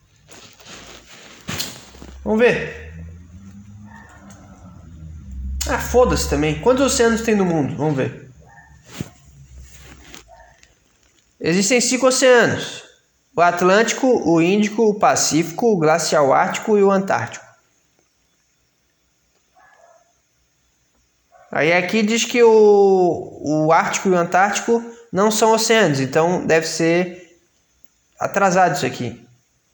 Vamos ver. Ah, foda-se também. Quantos oceanos tem no mundo? Vamos ver. Existem cinco oceanos. O Atlântico, o Índico, o Pacífico, o Glacial Ártico e o Antártico. Aí aqui diz que o, o Ártico e o Antártico não são oceanos, então deve ser atrasado isso aqui,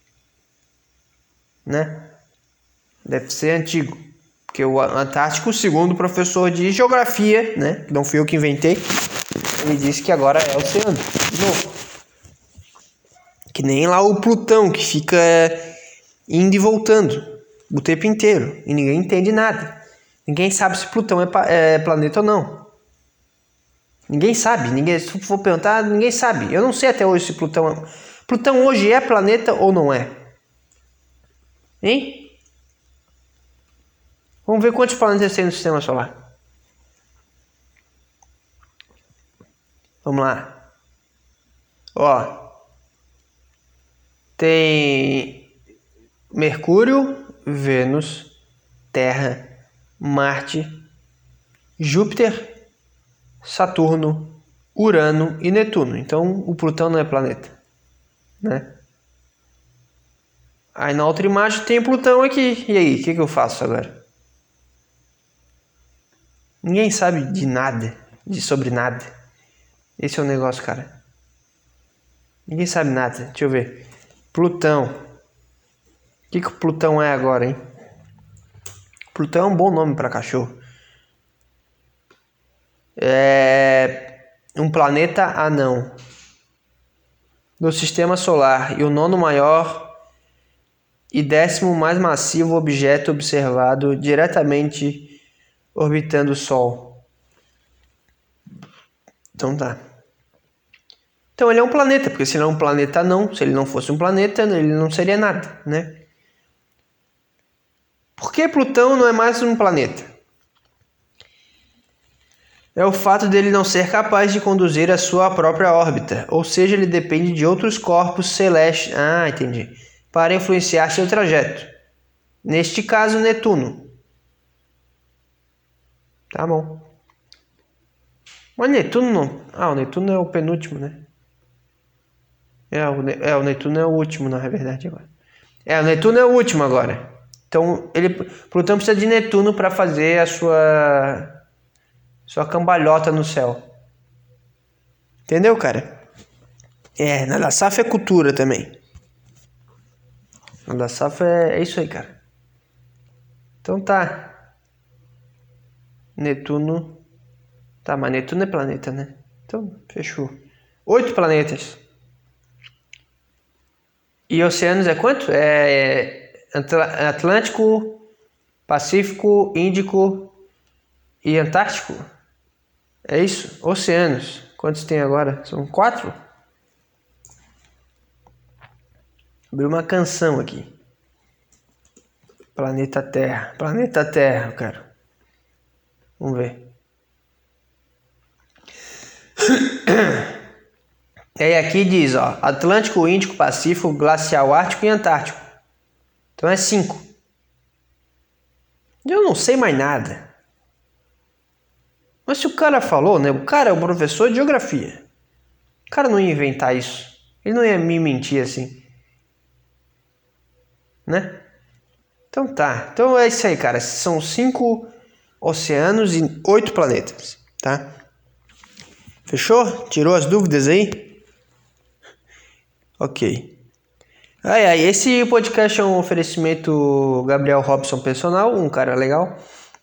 né? Deve ser antigo, porque o Antártico, segundo o professor de geografia, né, que não fui eu que inventei, ele disse que agora é oceano, de novo. Que nem lá o Plutão, que fica indo e voltando o tempo inteiro e ninguém entende nada. Ninguém sabe se Plutão é, é planeta ou não. Ninguém sabe. Ninguém, se for perguntar, ninguém sabe. Eu não sei até hoje se Plutão... Plutão hoje é planeta ou não é? Hein? Vamos ver quantos planetas tem no Sistema Solar. Vamos lá. Ó. Tem Mercúrio, Vênus, Terra, Marte, Júpiter, Saturno, Urano e Netuno. Então o Plutão não é planeta, né? Aí na outra imagem tem o Plutão aqui. E aí, o que, que eu faço agora? Ninguém sabe de nada, de sobre nada. Esse é o negócio, cara. Ninguém sabe nada. Deixa eu ver. Plutão. O que, que o Plutão é agora, hein? Plutão é um bom nome para cachorro. É um planeta anão do Sistema Solar e o nono maior e décimo mais massivo objeto observado diretamente orbitando o Sol. Então tá. Então ele é um planeta, porque se ele é um planeta não, se ele não fosse um planeta, ele não seria nada, né? Por que Plutão não é mais um planeta? É o fato dele não ser capaz de conduzir a sua própria órbita, ou seja, ele depende de outros corpos celestes, ah, entendi, para influenciar seu trajeto. Neste caso, Netuno. Tá bom. Mas Netuno não... Ah, o Netuno é o penúltimo, né? É, o, é, o Netuno é o último, na verdade, agora. É, o Netuno é o último agora. Então, ele, Plutão precisa de Netuno para fazer a sua, sua cambalhota no céu. Entendeu, cara? É, nada safra é cultura também. Nada safra é, é isso aí, cara. Então tá. Netuno. Tá, mas Netuno é planeta, né? Então, fechou. Oito planetas. E oceanos é quanto? É Atlântico, Pacífico, Índico e Antártico? É isso? Oceanos. Quantos tem agora? São quatro? Abriu uma canção aqui. Planeta Terra. Planeta Terra, eu quero. Vamos ver. E aí aqui diz, ó, Atlântico, Índico, Pacífico, Glacial Ártico e Antártico. Então é cinco. Eu não sei mais nada. Mas se o cara falou, né? O cara é o professor de geografia. O cara não ia inventar isso. Ele não ia me mentir assim. Né? Então tá. Então é isso aí, cara. São cinco oceanos e oito planetas. Tá? Fechou? Tirou as dúvidas aí? Ok. Ai, ai, esse podcast é um oferecimento Gabriel Robson Personal, um cara legal.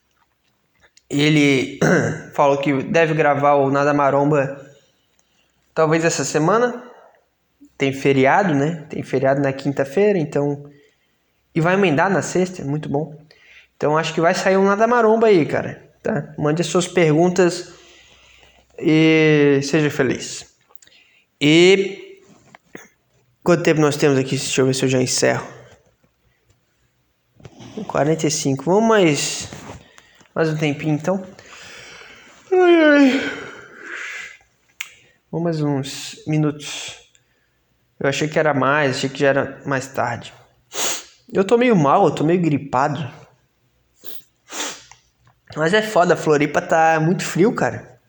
Ele falou que deve gravar o Nada Maromba talvez essa semana. Tem feriado, né? Tem feriado na quinta-feira, então... E vai emendar na sexta, muito bom. Então acho que vai sair um Nada Maromba aí, cara. Tá? Mande as suas perguntas e seja feliz. E... Quanto tempo nós temos aqui? Deixa eu ver se eu já encerro. quarenta e cinco. Vamos mais, mais um tempinho, então. Ai, ai. Vamos mais uns minutos. Eu achei que era mais, achei que já era mais tarde. Eu tô meio mal, eu tô meio gripado. Mas é foda, Floripa tá muito frio, cara.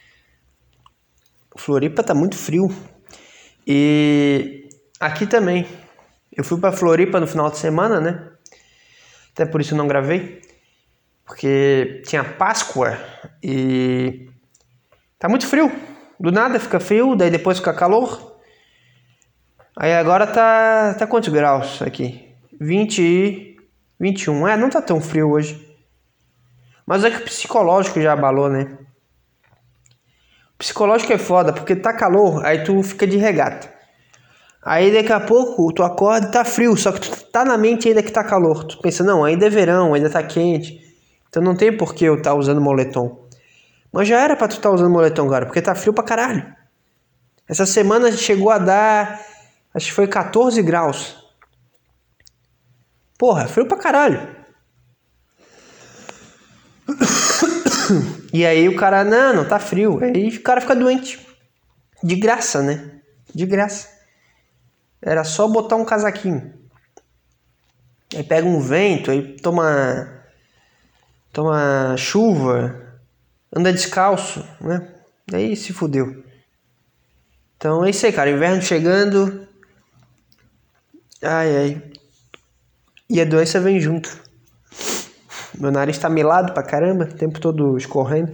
Floripa tá muito frio. E aqui também. Eu fui pra Floripa no final de semana, né? Até por isso eu não gravei. Porque tinha Páscoa e tá muito frio. Do nada fica frio, daí depois fica calor. Aí agora tá, tá quantos graus aqui? vinte e vinte e um. É, não tá tão frio hoje. Mas é que o psicológico já abalou, né? O psicológico é foda, porque tá calor, aí tu fica de regata. Aí daqui a pouco tu acorda e tá frio, só que tu tá na mente ainda que tá calor. Tu pensa, não, ainda é verão, ainda tá quente. Então não tem por que eu tá usando moletom. Mas já era pra tu tá usando moletom agora, porque tá frio pra caralho. Essa semana chegou a dar, acho que foi catorze graus. Porra, frio pra caralho. E aí o cara, não, não tá frio. Aí o cara fica doente. De graça, né? De graça. Era só botar um casaquinho. Aí pega um vento, aí toma... Toma chuva. Anda descalço, né? Aí se fudeu. Então é isso aí, cara. Inverno chegando. Ai, ai. E a doença vem junto. Meu nariz tá melado pra caramba, o tempo todo escorrendo.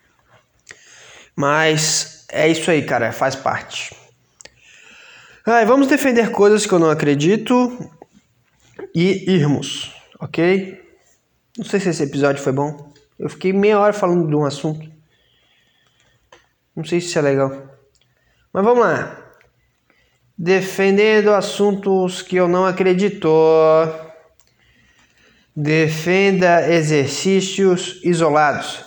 Mas é isso aí, cara, faz parte. Ai, vamos defender coisas que eu não acredito e irmos, ok? Não sei se esse episódio foi bom. Eu fiquei meia hora falando de um assunto. Não sei se isso é legal. Mas vamos lá. Defendendo assuntos que eu não acredito. Defenda exercícios isolados.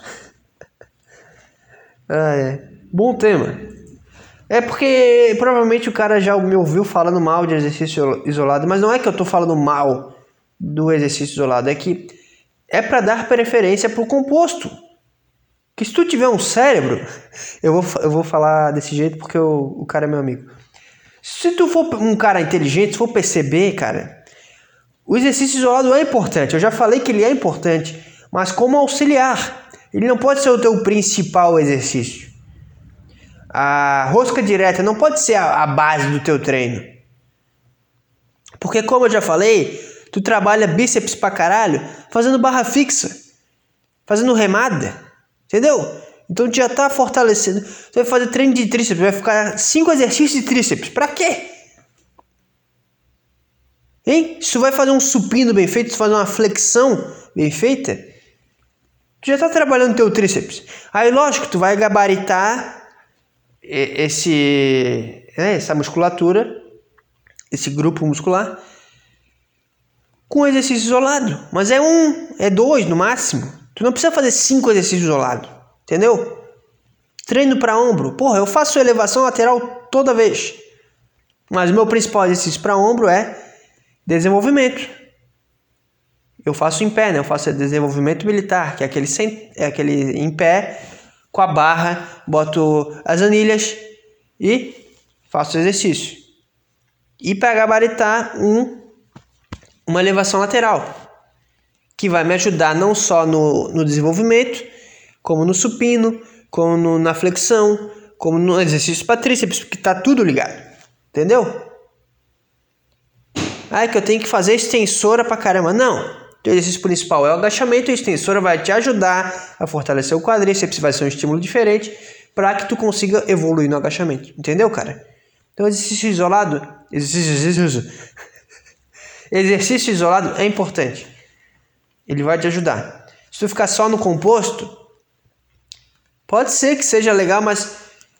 Ah, é. Bom tema. É porque provavelmente o cara já me ouviu falando mal de exercício isolado, mas não é que eu tô falando mal do exercício isolado, é que é para dar preferência pro composto. Que se tu tiver um cérebro, eu vou, eu vou falar desse jeito porque o, o cara é meu amigo. Se tu for um cara inteligente, se for perceber, cara, o exercício isolado é importante. Eu já falei que ele é importante, mas como auxiliar. Ele não pode ser o teu principal exercício. A rosca direta não pode ser a, a base do teu treino. Porque como eu já falei, tu trabalha bíceps pra caralho fazendo barra fixa, fazendo remada, entendeu? Então tu já tá fortalecendo. Tu vai fazer treino de tríceps, vai ficar cinco exercícios de tríceps. Pra quê? Hein? Se tu vai fazer um supino bem feito, se tu fazer uma flexão bem feita, tu já tá trabalhando teu tríceps. Aí lógico, tu vai gabaritar esse, né, essa musculatura, esse grupo muscular, com exercício isolado. Mas é um, é dois no máximo. Tu não precisa fazer cinco exercícios isolados, entendeu? Treino para ombro. Porra, eu faço elevação lateral toda vez. Mas o meu principal exercício para ombro é desenvolvimento. Eu faço em pé, né? Eu faço desenvolvimento militar, que é aquele, sem, é aquele em pé, com a barra, boto as anilhas e faço exercício. E para gabaritar, um, uma elevação lateral, que vai me ajudar não só no, no desenvolvimento, como no supino, como no, na flexão, como no exercício para tríceps, porque tá tudo ligado. Entendeu? Ah, é que eu tenho que fazer extensora pra caramba. Não. O exercício principal é o agachamento, a extensora vai te ajudar a fortalecer o quadríceps, vai ser um estímulo diferente para que tu consiga evoluir no agachamento. Entendeu, cara? Então, exercício isolado, exercício, exercício, exercício isolado é importante. Ele vai te ajudar. Se tu ficar só no composto, pode ser que seja legal, mas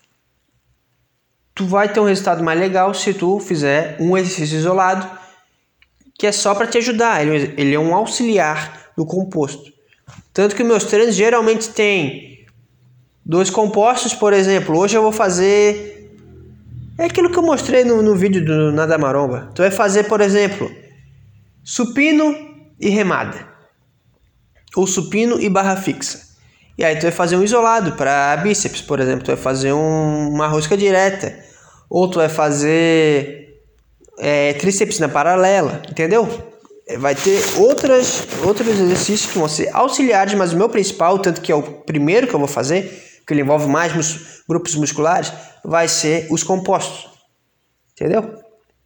tu vai ter um resultado mais legal se tu fizer um exercício isolado, que é só para te ajudar. Ele, ele é um auxiliar do composto. Tanto que meus treinos geralmente tem dois compostos, por exemplo. Hoje eu vou fazer... É aquilo que eu mostrei no, no vídeo do Nada Maromba. Tu vai fazer, por exemplo, supino e remada. Ou supino e barra fixa. E aí tu vai fazer um isolado para bíceps, por exemplo. Tu vai fazer um, uma rosca direta. Ou tu vai fazer é, tríceps na paralela, entendeu? Vai ter outras, outros exercícios que vão ser auxiliares, mas o meu principal, tanto que é o primeiro que eu vou fazer, que ele envolve mais mus- grupos musculares, vai ser os compostos. Entendeu?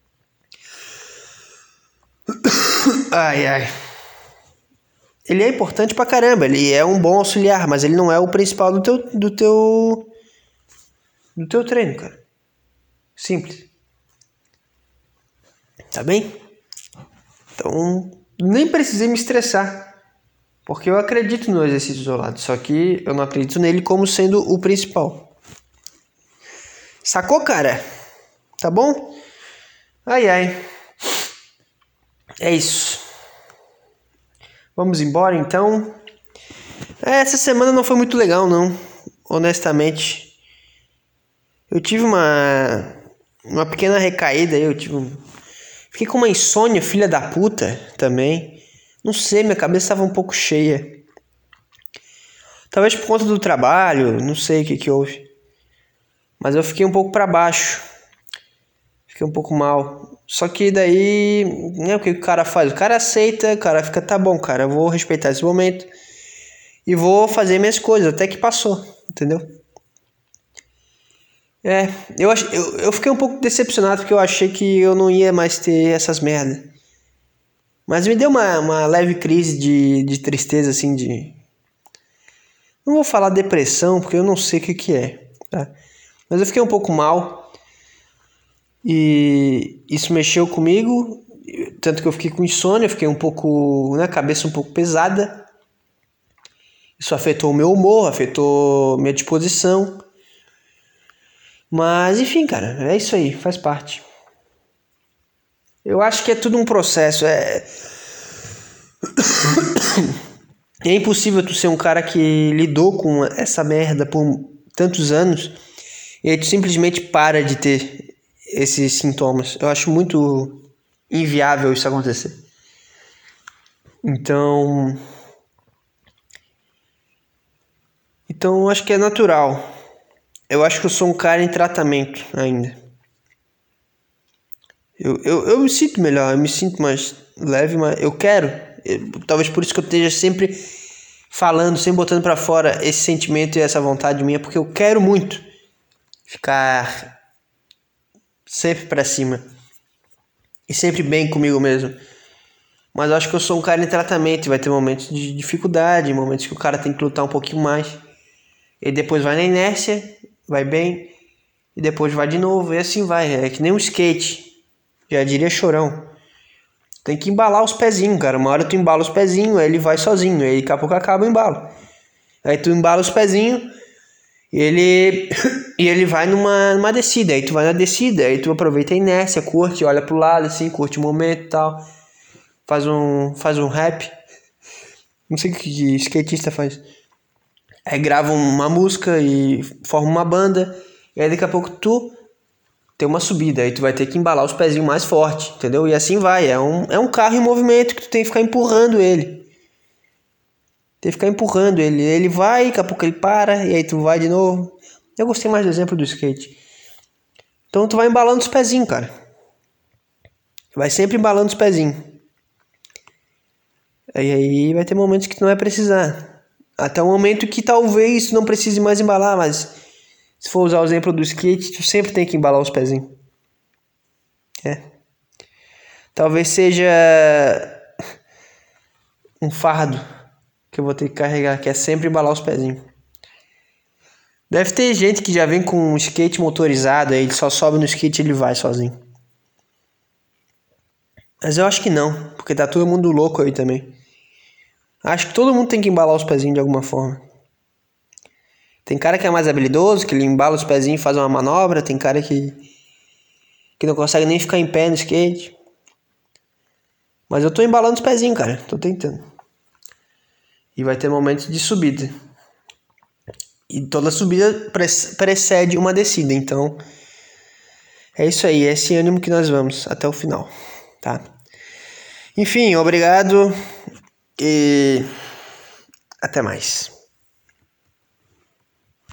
Ai, ai. Ele é importante pra caramba, ele é um bom auxiliar, mas ele não é o principal do teu, do teu, do teu treino, cara. Simples. Tá bem? Então, nem precisei me estressar, porque eu acredito no exercício isolado, só que eu não acredito nele como sendo o principal. Sacou, cara? Tá bom? Ai, ai. É isso. Vamos embora, então. Essa semana não foi muito legal, não. Honestamente. Eu tive uma... Uma pequena recaída aí. Eu tive um... Fiquei com uma insônia, filha da puta, também. Não sei, minha cabeça estava um pouco cheia. Talvez por conta do trabalho, não sei o que que houve. Mas eu fiquei um pouco pra baixo. Fiquei um pouco mal. Só que daí, né, o que o cara faz? O cara aceita, o cara fica, tá bom, cara, eu vou respeitar esse momento e vou fazer minhas coisas, até que passou, entendeu? É, eu, ach, eu, eu fiquei um pouco decepcionado porque eu achei que eu não ia mais ter essas merdas. Mas me deu uma, uma leve crise de, de tristeza, assim, de... Não vou falar depressão, porque eu não sei o que que é, tá? Mas eu fiquei um pouco mal. E isso mexeu comigo, tanto que eu fiquei com insônia, eu fiquei um pouco, né, cabeça um pouco pesada. Isso afetou o meu humor, afetou minha disposição. Mas enfim, cara, é isso aí, faz parte. Eu acho que é tudo um processo, é... É impossível tu ser um cara que lidou com essa merda por tantos anos e aí tu simplesmente para de ter esses sintomas. Eu acho muito inviável isso acontecer. Então... Então eu acho que é natural. Eu acho que eu sou um cara em tratamento ainda. Eu, eu, eu me sinto melhor, eu me sinto mais leve, mas eu quero. Eu, talvez por isso que eu esteja sempre falando, sempre botando pra fora esse sentimento e essa vontade minha, porque eu quero muito ficar sempre pra cima e sempre bem comigo mesmo. Mas eu acho que eu sou um cara em tratamento e vai ter momentos de dificuldade, momentos que o cara tem que lutar um pouquinho mais. E depois vai na inércia, vai bem, e depois vai de novo, e assim vai. É que nem um skate, já diria Chorão. Tem que embalar os pezinhos, cara. Uma hora tu embala os pezinhos, aí ele vai sozinho, aí daqui a pouco acaba o embalo. Aí tu embala os pezinhos, e ele, e ele vai numa, numa descida, aí tu vai na descida, aí tu aproveita a inércia, curte, olha pro lado assim, curte o momento e tal. Faz um, faz um rap. Não sei o que skatista faz. Aí grava uma música e forma uma banda. E aí daqui a pouco tu tem uma subida. Aí tu vai ter que embalar os pezinhos mais forte, entendeu? E assim vai. É um, é um carro em movimento que tu tem que ficar empurrando ele. Tem que ficar empurrando ele. Ele vai, daqui a pouco ele para. E aí tu vai de novo. Eu gostei mais do exemplo do skate. Então tu vai embalando os pezinhos, cara. Vai sempre embalando os pezinhos. E aí vai ter momentos que tu não vai precisar. Até o momento que talvez tu não precise mais embalar, mas se for usar o exemplo do skate, tu sempre tem que embalar os pezinhos. É. Talvez seja um fardo que eu vou ter que carregar, que é sempre embalar os pezinhos. Deve ter gente que já vem com um skate motorizado, aí ele só sobe no skate e ele vai sozinho. Mas eu acho que não, porque tá todo mundo louco aí também. Acho que todo mundo tem que embalar os pezinhos de alguma forma. Tem cara que é mais habilidoso, que ele embala os pezinhos e faz uma manobra. Tem cara que, que não consegue nem ficar em pé no skate. Mas eu tô embalando os pezinhos, cara. Tô tentando. E vai ter momentos de subida. E toda subida precede uma descida. Então, é isso aí. É esse ânimo que nós vamos até o final. Tá? Enfim, obrigado. E até mais.